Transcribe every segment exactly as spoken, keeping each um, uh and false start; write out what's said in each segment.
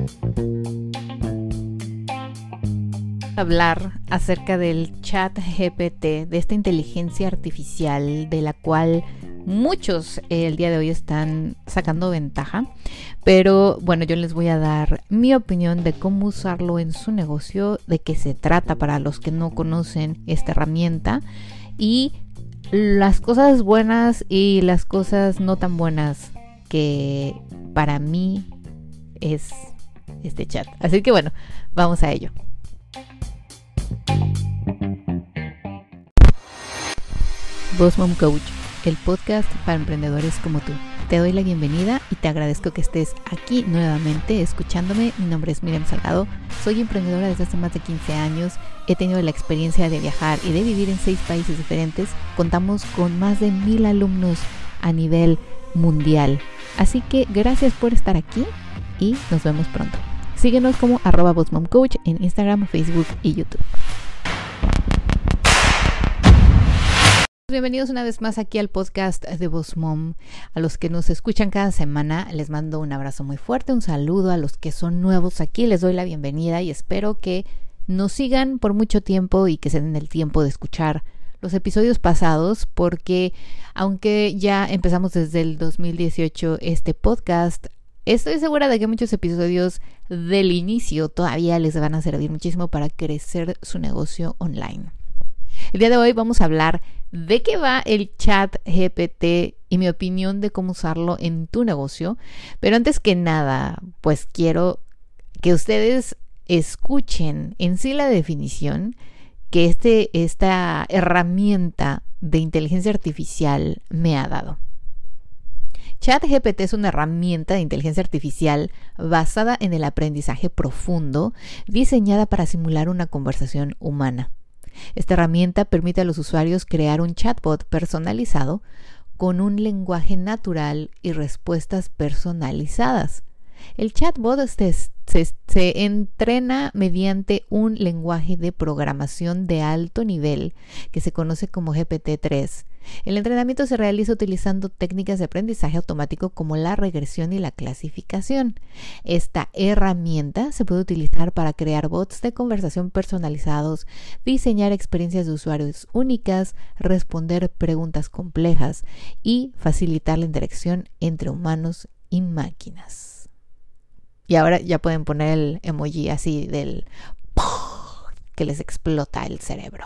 Hablar acerca del chat G P T, de esta inteligencia artificial de la cual muchos eh, el día de hoy están sacando ventaja, pero bueno, yo les voy a dar mi opinión de cómo usarlo en su negocio, de qué se trata para los que no conocen esta herramienta y las cosas buenas y las cosas no tan buenas que para mí es este chat. Así que bueno, vamos a ello. Boss Mom Coach, el podcast para emprendedores como tú. Te doy la bienvenida y te agradezco que estés aquí nuevamente escuchándome. Mi nombre es Miriam Salgado, soy emprendedora desde hace más de quince años. He tenido la experiencia de viajar y de vivir en seis países diferentes. Contamos con más de mil alumnos a nivel mundial. Así que gracias por estar aquí y nos vemos pronto. Síguenos como arroba Boss Mom Coach en Instagram, Facebook y YouTube. Bienvenidos una vez más aquí al podcast de Boss Mom. A los que nos escuchan cada semana les mando un abrazo muy fuerte, un saludo. A los que son nuevos aquí les doy la bienvenida y espero que nos sigan por mucho tiempo y que se den el tiempo de escuchar los episodios pasados, porque aunque ya empezamos desde el dos mil dieciocho este podcast, estoy segura de que muchos episodios del inicio todavía les van a servir muchísimo para crecer su negocio online. El día de hoy vamos a hablar de qué va el chat G P T y mi opinión de cómo usarlo en tu negocio. Pero antes que nada, pues quiero que ustedes escuchen en sí la definición que este, esta herramienta de inteligencia artificial me ha dado. Chat G P T es una herramienta de inteligencia artificial basada en el aprendizaje profundo, diseñada para simular una conversación humana. Esta herramienta permite a los usuarios crear un chatbot personalizado con un lenguaje natural y respuestas personalizadas. El chatbot se, se, se entrena mediante un lenguaje de programación de alto nivel que se conoce como G P T tres. El entrenamiento se realiza utilizando técnicas de aprendizaje automático como la regresión y la clasificación. Esta herramienta se puede utilizar para crear bots de conversación personalizados, diseñar experiencias de usuarios únicas, responder preguntas complejas y facilitar la interacción entre humanos y máquinas. Y ahora ya pueden poner el emoji así del que les explota el cerebro.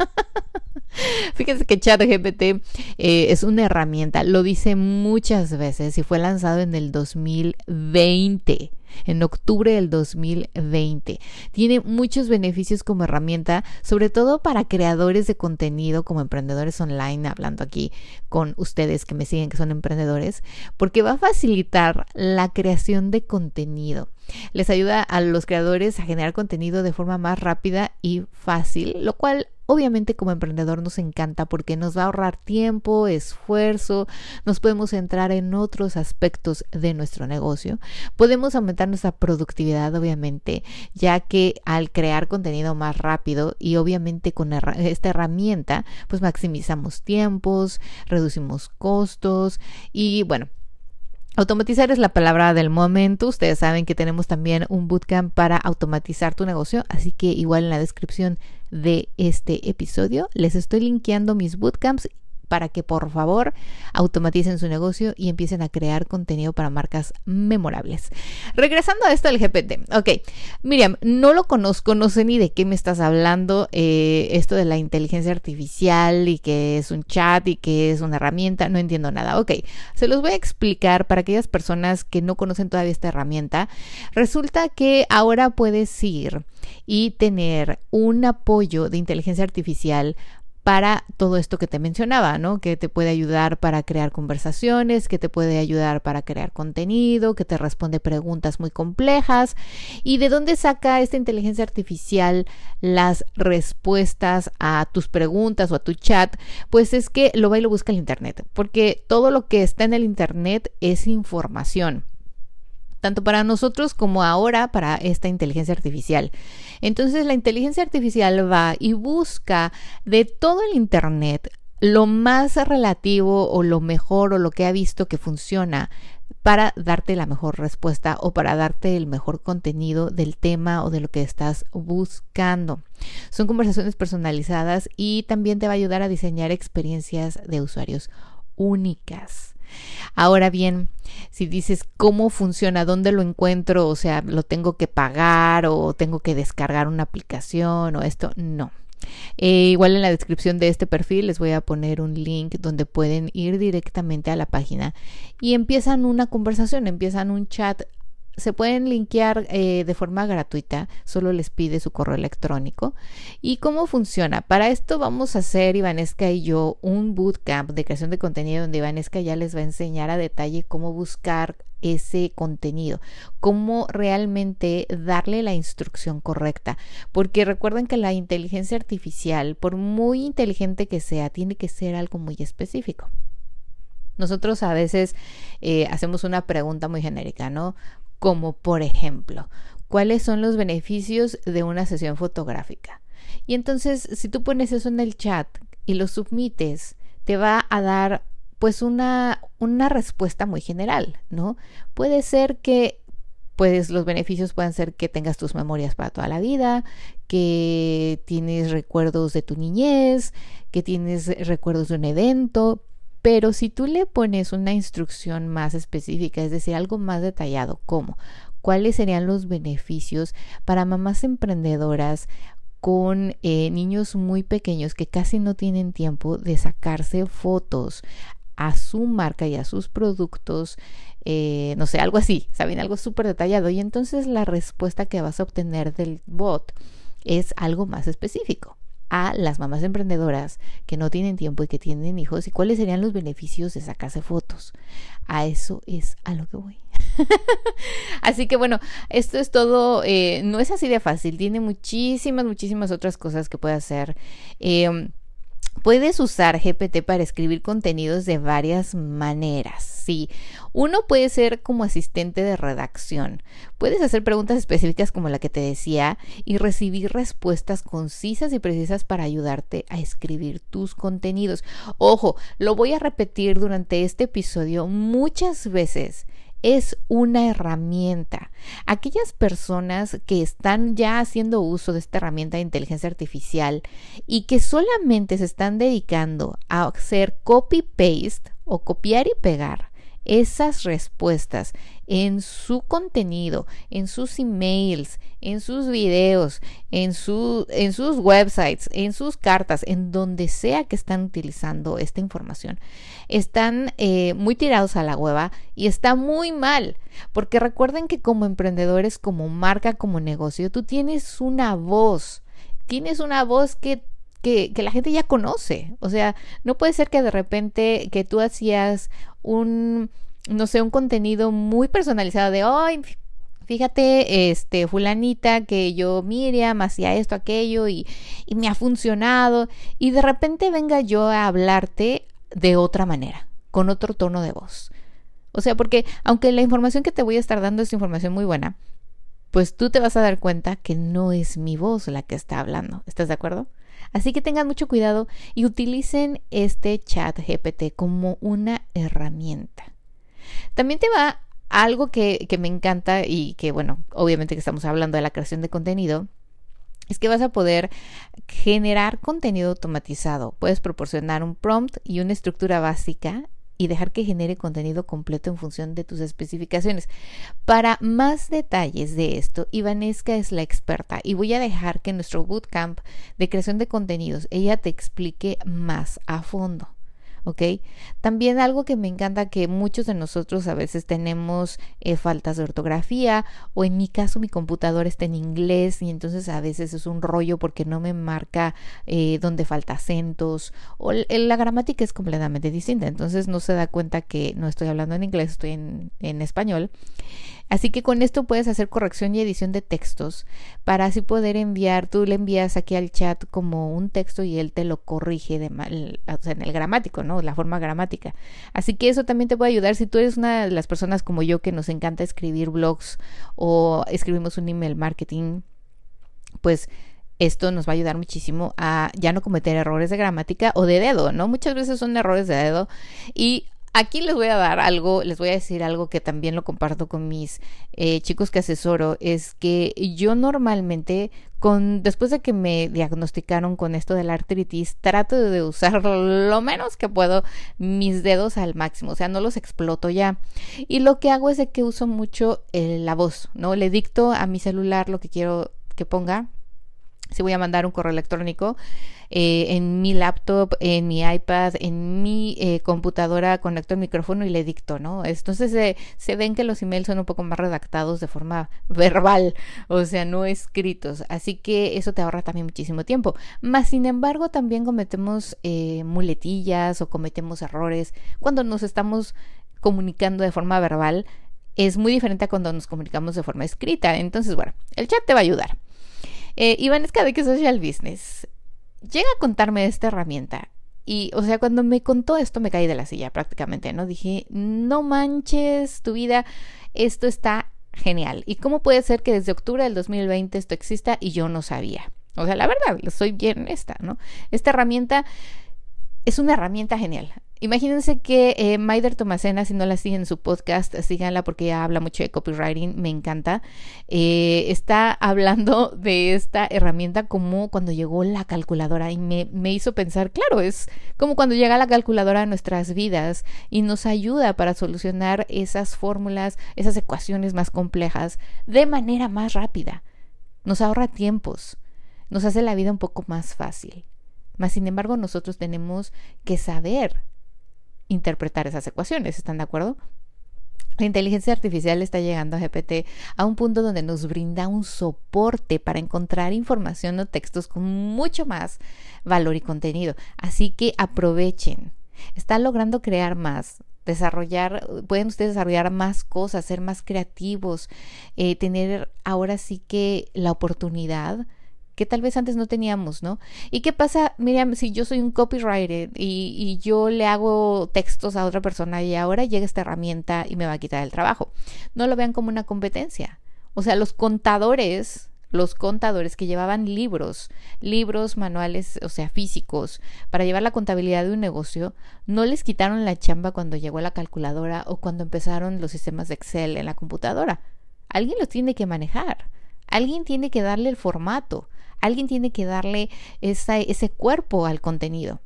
Fíjense que ChatGPT eh, es una herramienta, lo dice muchas veces y fue lanzado en el dos mil veinte, en octubre del dos mil veinte. Tiene muchos beneficios como herramienta, sobre todo para creadores de contenido como emprendedores online, hablando aquí con ustedes que me siguen que son emprendedores, porque va a facilitar la creación de contenido. Les ayuda a los creadores a generar contenido de forma más rápida y fácil, lo cual obviamente como emprendedor nos encanta porque nos va a ahorrar tiempo, esfuerzo, nos podemos centrar en otros aspectos de nuestro negocio. Podemos aumentar nuestra productividad, obviamente, ya que al crear contenido más rápido y obviamente con esta herramienta, pues maximizamos tiempos, reducimos costos y bueno, automatizar es la palabra del momento. Ustedes saben que tenemos también un bootcamp para automatizar tu negocio, así que igual en la descripción de este episodio les estoy linkeando mis bootcamps para que por favor automaticen su negocio y empiecen a crear contenido para marcas memorables. Regresando a esto del G P T. Ok, Miriam, no lo conozco, no sé ni de qué me estás hablando. Eh, esto de la inteligencia artificial y que es un chat y que es una herramienta, no entiendo nada. Ok, se los voy a explicar para aquellas personas que no conocen todavía esta herramienta. Resulta que ahora puedes ir y tener un apoyo de inteligencia artificial para todo esto que te mencionaba, ¿no? Que te puede ayudar para crear conversaciones, que te puede ayudar para crear contenido, que te responde preguntas muy complejas. ¿Y de dónde saca esta inteligencia artificial las respuestas a tus preguntas o a tu chat? Pues es que lo va y lo busca en el internet, porque todo lo que está en el internet es información, tanto para nosotros como ahora para esta inteligencia artificial. Entonces la inteligencia artificial va y busca de todo el internet lo más relativo o lo mejor o lo que ha visto que funciona para darte la mejor respuesta o para darte el mejor contenido del tema o de lo que estás buscando. Son conversaciones personalizadas y también te va a ayudar a diseñar experiencias de usuarios únicas. Ahora bien, si dices cómo funciona, dónde lo encuentro, o sea, lo tengo que pagar o tengo que descargar una aplicación o esto, no. Eh, igual en la descripción de este perfil les voy a poner un link donde pueden ir directamente a la página y empiezan una conversación, empiezan un chat. Se pueden linkear eh, de forma gratuita, solo les pide su correo electrónico. ¿Y cómo funciona? Para esto vamos a hacer, Ivanesca y yo, un bootcamp de creación de contenido donde Ivanesca ya les va a enseñar a detalle cómo buscar ese contenido, cómo realmente darle la instrucción correcta, porque recuerden que la inteligencia artificial, por muy inteligente que sea, tiene que ser algo muy específico. Nosotros a veces eh, hacemos una pregunta muy genérica, ¿no? Como por ejemplo, ¿cuáles son los beneficios de una sesión fotográfica? Y entonces, si tú pones eso en el chat y lo submites, te va a dar pues una, una respuesta muy general, ¿no? Puede ser que pues los beneficios puedan ser que tengas tus memorias para toda la vida, que tienes recuerdos de tu niñez, que tienes recuerdos de un evento. Pero si tú le pones una instrucción más específica, es decir, algo más detallado, como cuáles serían los beneficios para mamás emprendedoras con eh, niños muy pequeños que casi no tienen tiempo de sacarse fotos a su marca y a sus productos, eh, no sé, algo así, ¿saben? Algo súper detallado. Y entonces la respuesta que vas a obtener del bot es algo más específico a las mamás emprendedoras que no tienen tiempo y que tienen hijos y cuáles serían los beneficios de sacarse fotos. A eso es a lo que voy. Así que bueno, esto es todo, eh, no es así de fácil, tiene muchísimas, muchísimas otras cosas que puede hacer. Eh, Puedes usar G P T para escribir contenidos de varias maneras. Sí, uno puede ser como asistente de redacción. Puedes hacer preguntas específicas como la que te decía y recibir respuestas concisas y precisas para ayudarte a escribir tus contenidos. Ojo, lo voy a repetir durante este episodio muchas veces. Es una herramienta. Aquellas personas que están ya haciendo uso de esta herramienta de inteligencia artificial y que solamente se están dedicando a hacer copy-paste o copiar y pegar esas respuestas en su contenido, en sus emails, en sus videos, en, su, en sus websites, en sus cartas, en donde sea que están utilizando esta información, están eh, muy tirados a la hueva y está muy mal, porque recuerden que como emprendedores, como marca, como negocio, tú tienes una voz, tienes una voz que Que, que la gente ya conoce. O sea, no puede ser que de repente que tú hacías un, no sé, un contenido muy personalizado de, ay, fíjate, este, fulanita, que yo, Miriam, hacía esto, aquello y, y me ha funcionado. Y de repente venga yo a hablarte de otra manera, con otro tono de voz. O sea, porque aunque la información que te voy a estar dando es información muy buena, pues tú te vas a dar cuenta que no es mi voz la que está hablando. ¿Estás de acuerdo? Así que tengan mucho cuidado y utilicen este chat G P T como una herramienta. También te va algo que, que me encanta y que, bueno, obviamente que estamos hablando de la creación de contenido, es que vas a poder generar contenido automatizado. Puedes proporcionar un prompt y una estructura básica y dejar que genere contenido completo en función de tus especificaciones. Para más detalles de esto, Ivanesca es la experta y voy a dejar que en nuestro bootcamp de creación de contenidos ella te explique más a fondo. ¿Ok? También algo que me encanta, que muchos de nosotros a veces tenemos eh, faltas de ortografía, o en mi caso mi computadora está en inglés y entonces a veces es un rollo porque no me marca eh, donde falta acentos, o l- la gramática es completamente distinta, entonces no se da cuenta que no estoy hablando en inglés, estoy en, en español. Así que con esto puedes hacer corrección y edición de textos para así poder enviar, tú le envías aquí al chat como un texto y él te lo corrige de mal, o sea, en el gramático, ¿no? La forma gramática. Así que eso también te puede ayudar si tú eres una de las personas como yo que nos encanta escribir blogs o escribimos un email marketing, pues esto nos va a ayudar muchísimo a ya no cometer errores de gramática o de dedo, ¿no? Muchas veces son errores de dedo y Aquí les voy a dar algo, les voy a decir algo que también lo comparto con mis eh, chicos que asesoro, es que yo normalmente, con, después de que me diagnosticaron con esto de la artritis, trato de usar lo menos que puedo mis dedos al máximo, o sea, no los exploto ya. Y lo que hago es de que uso mucho eh, la voz, ¿no? Le dicto a mi celular lo que quiero que ponga. Si voy a mandar un correo electrónico, eh, en mi laptop, en mi iPad, en mi eh, computadora, conecto el micrófono y le dicto, ¿no? Entonces eh, se ven que los emails son un poco más redactados de forma verbal, o sea, no escritos. Así que eso te ahorra también muchísimo tiempo. Más sin embargo, también cometemos eh, muletillas o cometemos errores cuando nos estamos comunicando de forma verbal. Es muy diferente a cuando nos comunicamos de forma escrita. Entonces, bueno, el chat te va a ayudar. Eh, Ivanesca de que Social Business llega a contarme de esta herramienta y, o sea, cuando me contó esto me caí de la silla prácticamente, ¿no? Dije, no manches tu vida, esto está genial. ¿Y cómo puede ser que desde octubre del dos mil veinte esto exista y yo no sabía? O sea, la verdad, soy bien honesta, ¿no? Esta herramienta es una herramienta genial. Imagínense que eh, Maider Tomacena, si no la siguen en su podcast, síganla porque ella habla mucho de copywriting, me encanta. Eh, está hablando de esta herramienta como cuando llegó la calculadora y me, me hizo pensar, claro, es como cuando llega la calculadora a nuestras vidas y nos ayuda para solucionar esas fórmulas, esas ecuaciones más complejas de manera más rápida. Nos ahorra tiempos, nos hace la vida un poco más fácil. Mas, sin embargo, nosotros tenemos que saber interpretar esas ecuaciones, ¿están de acuerdo? La inteligencia artificial está llegando a G P T a un punto donde nos brinda un soporte para encontrar información o textos con mucho más valor y contenido. Así que aprovechen. Está logrando crear más, desarrollar, pueden ustedes desarrollar más cosas, ser más creativos, eh, tener ahora sí que la oportunidad que tal vez antes no teníamos, ¿no? ¿Y qué pasa, Miriam, si yo soy un copywriter y, y yo le hago textos a otra persona y ahora llega esta herramienta y me va a quitar el trabajo? No lo vean como una competencia. O sea, los contadores, los contadores que llevaban libros, libros, manuales, o sea, físicos, para llevar la contabilidad de un negocio, no les quitaron la chamba cuando llegó la calculadora o cuando empezaron los sistemas de Excel en la computadora. Alguien los tiene que manejar. Alguien tiene que darle el formato. Alguien tiene que darle esa, ese cuerpo al contenido.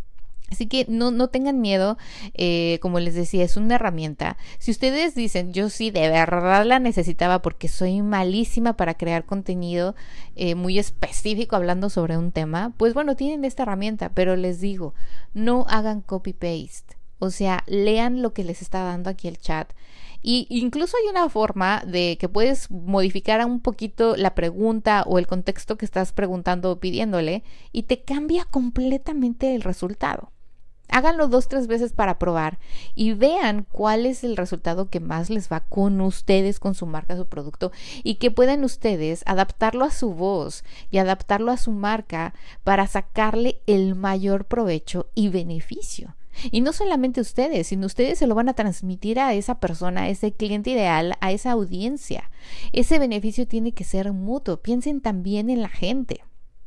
Así que no, no tengan miedo, eh, como les decía, es una herramienta. Si ustedes dicen, yo sí de verdad la necesitaba porque soy malísima para crear contenido eh, muy específico hablando sobre un tema, pues bueno, tienen esta herramienta, pero les digo, no hagan copy-paste. O sea, lean lo que les está dando aquí el chat. Y incluso hay una forma de que puedes modificar un poquito la pregunta o el contexto que estás preguntando o pidiéndole y te cambia completamente el resultado. Háganlo dos, tres veces para probar y vean cuál es el resultado que más les va con ustedes, con su marca, su producto, y que puedan ustedes adaptarlo a su voz y adaptarlo a su marca para sacarle el mayor provecho y beneficio. Y no solamente ustedes, sino ustedes se lo van a transmitir a esa persona, a ese cliente ideal, a esa audiencia. Ese beneficio tiene que ser mutuo. Piensen también en la gente.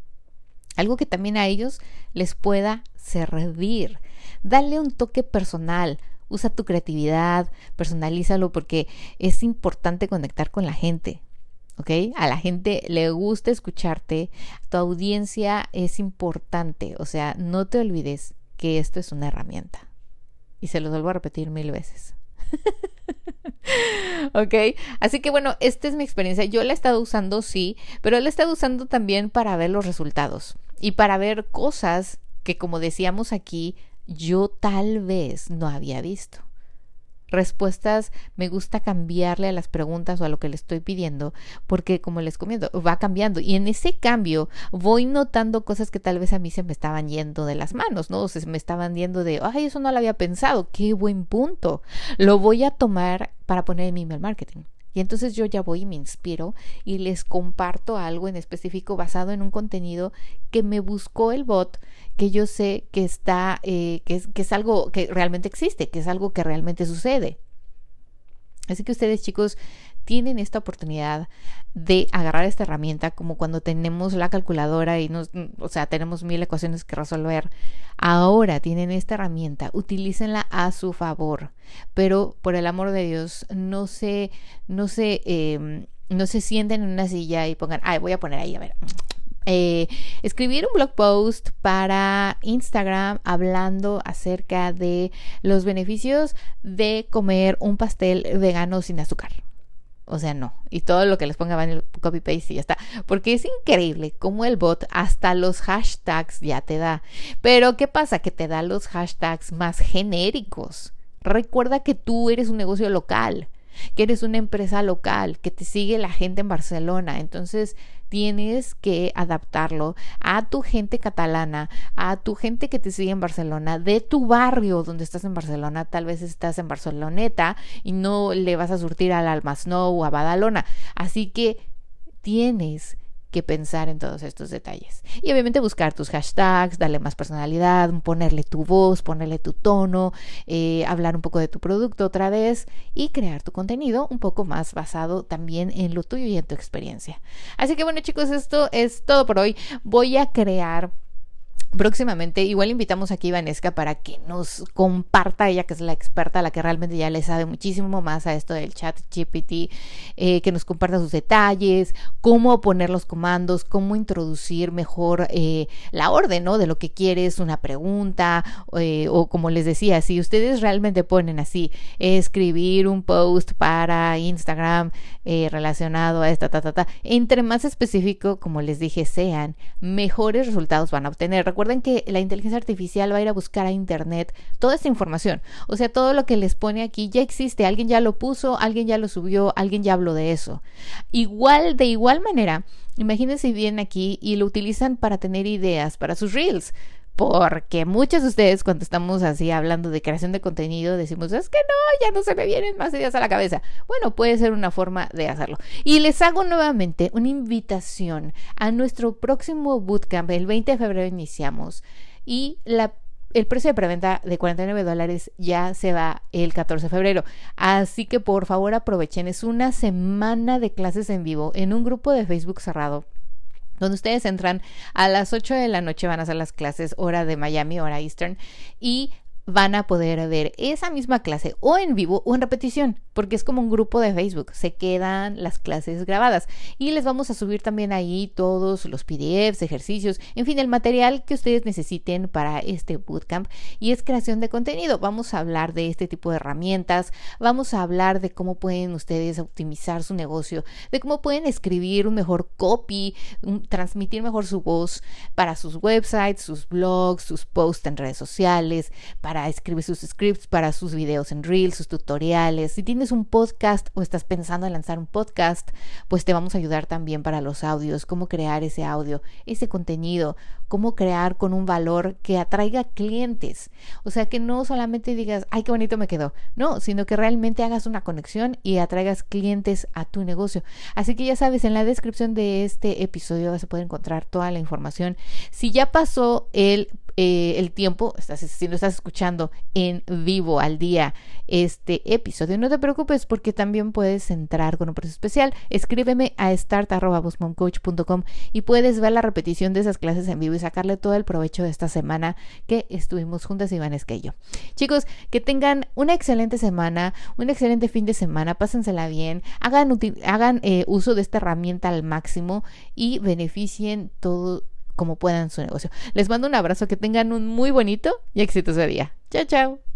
Algo que también a ellos les pueda servir. Dale un toque personal. Usa tu creatividad, personalízalo porque es importante conectar con la gente. ¿Ok? A la gente le gusta escucharte. Tu audiencia es importante. O sea, no te olvides que esto es una herramienta. Y se los vuelvo a repetir mil veces. ¿Ok? Así que bueno, esta es mi experiencia. Yo la he estado usando, sí, pero la he estado usando también para ver los resultados y para ver cosas que, como decíamos aquí, yo tal vez no había visto. Respuestas, me gusta cambiarle a las preguntas o a lo que le estoy pidiendo, porque como les comento, va cambiando y en ese cambio voy notando cosas que tal vez a mí se me estaban yendo de las manos, ¿no? O se me estaban yendo de, ay, eso no lo había pensado, qué buen punto. Lo voy a tomar para poner en mi email marketing. Y entonces yo ya voy y me inspiro y les comparto algo en específico basado en un contenido que me buscó el bot, que yo sé que está, eh, que, es, que es algo que realmente existe, que es algo que realmente sucede. Así que ustedes, chicos, tienen esta oportunidad de agarrar esta herramienta, como cuando tenemos la calculadora y nos, o sea, tenemos mil ecuaciones que resolver. Ahora tienen esta herramienta, utilícenla a su favor, pero por el amor de Dios, no se, no se, eh, no se sienten en una silla y pongan, ay, voy a poner ahí, a ver, Eh, escribir un blog post para Instagram hablando acerca de los beneficios de comer un pastel vegano sin azúcar. O sea, no. Y todo lo que les ponga va en el copy paste y ya está. Porque es increíble cómo el bot hasta los hashtags ya te da. Pero ¿qué pasa? Que te da los hashtags más genéricos. Recuerda que tú eres un negocio local, que eres una empresa local, que te sigue la gente en Barcelona. Entonces tienes que adaptarlo a tu gente catalana, a tu gente que te sigue en Barcelona, de tu barrio donde estás en Barcelona. Tal vez estás en Barceloneta y no le vas a surtir al Al Masnou o a Badalona. Así que tienes que pensar en todos estos detalles. Y obviamente buscar tus hashtags, darle más personalidad, ponerle tu voz, ponerle tu tono, eh, hablar un poco de tu producto otra vez y crear tu contenido un poco más basado también en lo tuyo y en tu experiencia. Así que bueno, chicos, esto es todo por hoy. Voy a crear próximamente, igual invitamos aquí a Vanessa para que nos comparta, ella que es la experta, la que realmente ya le sabe muchísimo más a esto del chat G P T, eh, que nos comparta sus detalles, cómo poner los comandos, cómo introducir mejor eh, la orden, ¿no? De lo que quieres, una pregunta, eh, o como les decía, si ustedes realmente ponen así, escribir un post para Instagram eh, relacionado a esta, ta, ta, ta, entre más específico, como les dije, sean, mejores resultados van a obtener. Recuerden que la inteligencia artificial va a ir a buscar a internet toda esta información. O sea, todo lo que les pone aquí ya existe. Alguien ya lo puso, alguien ya lo subió, alguien ya habló de eso. Igual, de igual manera, imagínense si vienen aquí y lo utilizan para tener ideas para sus reels. Porque muchos de ustedes, cuando estamos así hablando de creación de contenido, decimos, es que no, ya no se me vienen más ideas a la cabeza. Bueno, puede ser una forma de hacerlo. Y les hago nuevamente una invitación a nuestro próximo bootcamp. El veinte de febrero iniciamos. Y la el precio de preventa de cuarenta y nueve dólares ya se va el catorce de febrero. Así que por favor aprovechen. Es una semana de clases en vivo en un grupo de Facebook cerrado, donde ustedes entran a las ocho de la noche, van a hacer las clases, hora de Miami, hora Eastern, y van a poder ver esa misma clase o en vivo o en repetición, porque es como un grupo de Facebook, se quedan las clases grabadas y les vamos a subir también ahí todos los P D Fs, ejercicios, en fin, el material que ustedes necesiten para este bootcamp, y es creación de contenido. Vamos a hablar de este tipo de herramientas, vamos a hablar de cómo pueden ustedes optimizar su negocio, de cómo pueden escribir un mejor copy, un, transmitir mejor su voz para sus websites, sus blogs, sus posts en redes sociales, para escribir sus scripts, para sus videos en Reels, sus tutoriales. Si tienes un podcast o estás pensando en lanzar un podcast, pues te vamos a ayudar también para los audios, cómo crear ese audio, ese contenido, cómo crear con un valor que atraiga clientes. O sea, que no solamente digas, ay, qué bonito me quedó, no, sino que realmente hagas una conexión y atraigas clientes a tu negocio. Así que ya sabes, en la descripción de este episodio vas a poder encontrar toda la información. Si ya pasó el Eh, el tiempo, estás, si lo estás escuchando en vivo al día este episodio, no te preocupes, porque también puedes entrar con un precio especial. Escríbeme a start arroba boss mom coach punto com y puedes ver la repetición de esas clases en vivo y sacarle todo el provecho de esta semana que estuvimos juntas, Vanessa y yo. Chicos, que tengan una excelente semana, un excelente fin de semana, pásensela bien, hagan, util- hagan eh, uso de esta herramienta al máximo y beneficien todo como puedan su negocio. Les mando un abrazo, que tengan un muy bonito y exitoso día. Chao, chao.